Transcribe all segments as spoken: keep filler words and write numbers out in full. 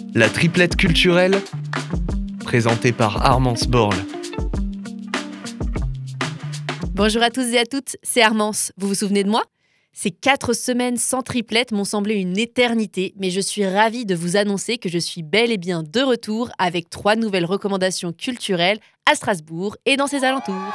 La triplette culturelle, présentée par Armance Borle. Bonjour à tous et à toutes, c'est Armance. Vous vous souvenez de moi ? Ces quatre semaines sans triplette m'ont semblé une éternité, mais je suis ravie de vous annoncer que je suis bel et bien de retour avec trois nouvelles recommandations culturelles à Strasbourg et dans ses alentours.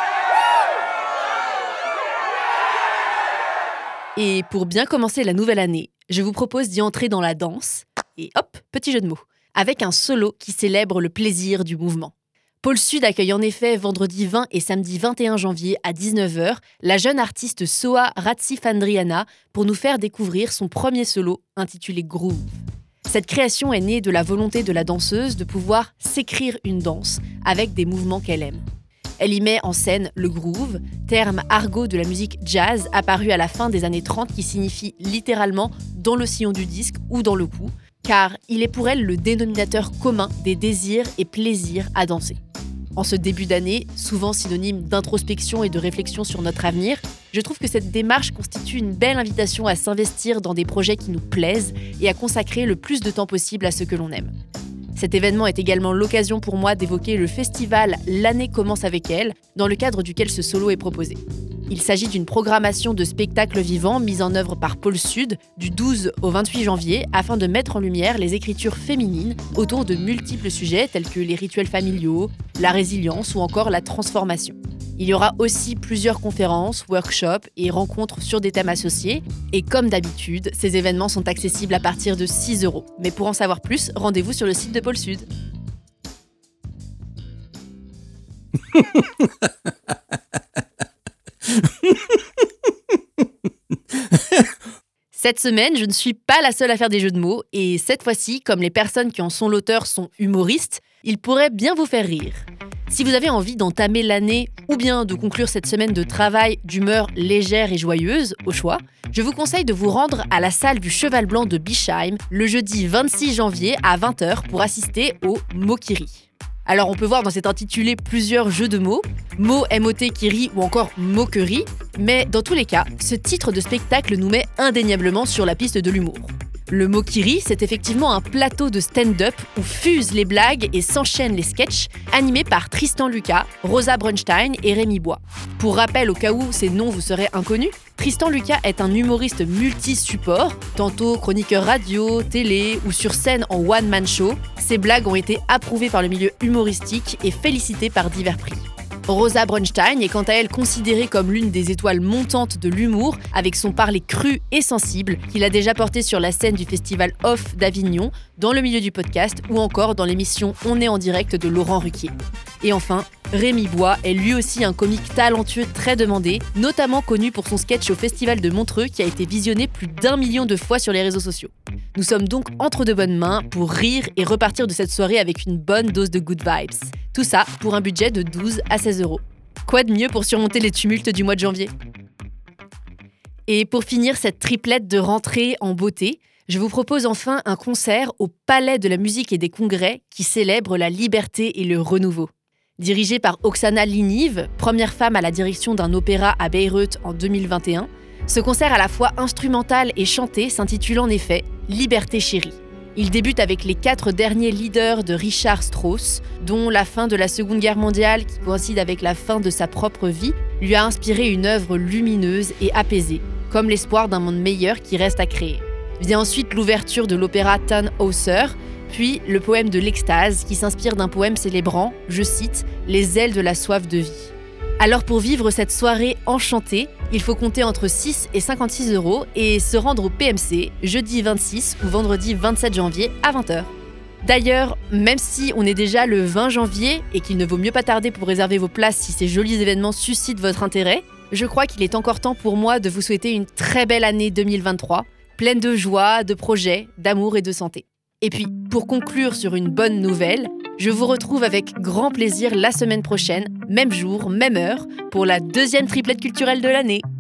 Et pour bien commencer la nouvelle année, je vous propose d'y entrer dans la danse, et hop, petit jeu de mots, avec un solo qui célèbre le plaisir du mouvement. Pôle Sud accueille en effet vendredi vingt et samedi vingt et un janvier à dix-neuf heures la jeune artiste Soa Ratsifandriana pour nous faire découvrir son premier solo intitulé Groove. Cette création est née de la volonté de la danseuse de pouvoir s'écrire une danse avec des mouvements qu'elle aime. Elle y met en scène le groove, terme argot de la musique jazz apparu à la fin des années trente qui signifie littéralement « dans le sillon du disque » ou « dans le cou », car il est pour elle le dénominateur commun des désirs et plaisirs à danser. En ce début d'année, souvent synonyme d'introspection et de réflexion sur notre avenir, je trouve que cette démarche constitue une belle invitation à s'investir dans des projets qui nous plaisent et à consacrer le plus de temps possible à ce que l'on aime. Cet événement est également l'occasion pour moi d'évoquer le festival L'année commence avec elle, dans le cadre duquel ce solo est proposé. Il s'agit d'une programmation de spectacles vivants mise en œuvre par Pôle Sud du douze au vingt-huit janvier afin de mettre en lumière les écritures féminines autour de multiples sujets tels que les rituels familiaux, la résilience ou encore la transformation. Il y aura aussi plusieurs conférences, workshops et rencontres sur des thèmes associés. Et comme d'habitude, ces événements sont accessibles à partir de six euros. Mais pour en savoir plus, rendez-vous sur le site de Pôle Sud. Cette semaine, je ne suis pas la seule à faire des jeux de mots. Et cette fois-ci, comme les personnes qui en sont l'auteur sont humoristes, ils pourraient bien vous faire rire. Si vous avez envie d'entamer l'année ou bien de conclure cette semaine de travail d'humeur légère et joyeuse, au choix, je vous conseille de vous rendre à la salle du Cheval Blanc de Bischheim le jeudi vingt-six janvier à vingt heures pour assister au Mokiri. Alors on peut voir dans cet intitulé plusieurs jeux de mots, mots M O T qui rit ou encore moquerie, mais dans tous les cas, ce titre de spectacle nous met indéniablement sur la piste de l'humour. Le Mokiri, c'est effectivement un plateau de stand-up où fusent les blagues et s'enchaînent les sketchs, animés par Tristan Lucas, Rosa Brunstein et Rémi Bois. Pour rappel, au cas où ces noms vous seraient inconnus, Tristan Lucas est un humoriste multi-support, tantôt chroniqueur radio, télé ou sur scène en one-man show. Ses blagues ont été approuvées par le milieu humoristique et félicitées par divers prix. Rosa Brunstein est quant à elle considérée comme l'une des étoiles montantes de l'humour, avec son parler cru et sensible qu'il a déjà porté sur la scène du festival Off d'Avignon, dans le milieu du podcast ou encore dans l'émission On est en direct de Laurent Ruquier. Et enfin, Rémi Bois est lui aussi un comique talentueux très demandé, notamment connu pour son sketch au festival de Montreux qui a été visionné plus d'un million de fois sur les réseaux sociaux. Nous sommes donc entre de bonnes mains pour rire et repartir de cette soirée avec une bonne dose de good vibes. Tout ça pour un budget de douze à seize euros. Quoi de mieux pour surmonter les tumultes du mois de janvier ? Et pour finir cette triplette de rentrée en beauté, je vous propose enfin un concert au Palais de la Musique et des Congrès qui célèbre la liberté et le renouveau. Dirigé par Oksana Liniv, première femme à la direction d'un opéra à Bayreuth en deux mille vingt et un, ce concert à la fois instrumental et chanté s'intitule en effet « Liberté chérie ». Il débute avec les quatre derniers leaders de Richard Strauss, dont la fin de la Seconde Guerre mondiale, qui coïncide avec la fin de sa propre vie, lui a inspiré une œuvre lumineuse et apaisée, comme l'espoir d'un monde meilleur qui reste à créer. Vient ensuite l'ouverture de l'opéra Tannhäuser, puis le poème de l'Extase, qui s'inspire d'un poème célébrant, je cite, « les ailes de la soif de vie ». Alors pour vivre cette soirée enchantée, il faut compter entre six et cinquante-six euros et se rendre au P M C jeudi vingt-six ou vendredi vingt-sept janvier à vingt heures. D'ailleurs, même si on est déjà le vingt janvier et qu'il ne vaut mieux pas tarder pour réserver vos places si ces jolis événements suscitent votre intérêt, je crois qu'il est encore temps pour moi de vous souhaiter une très belle année deux mille vingt-trois, pleine de joie, de projets, d'amour et de santé. Et puis, pour conclure sur une bonne nouvelle, je vous retrouve avec grand plaisir la semaine prochaine, même jour, même heure, pour la deuxième triplette culturelle de l'année.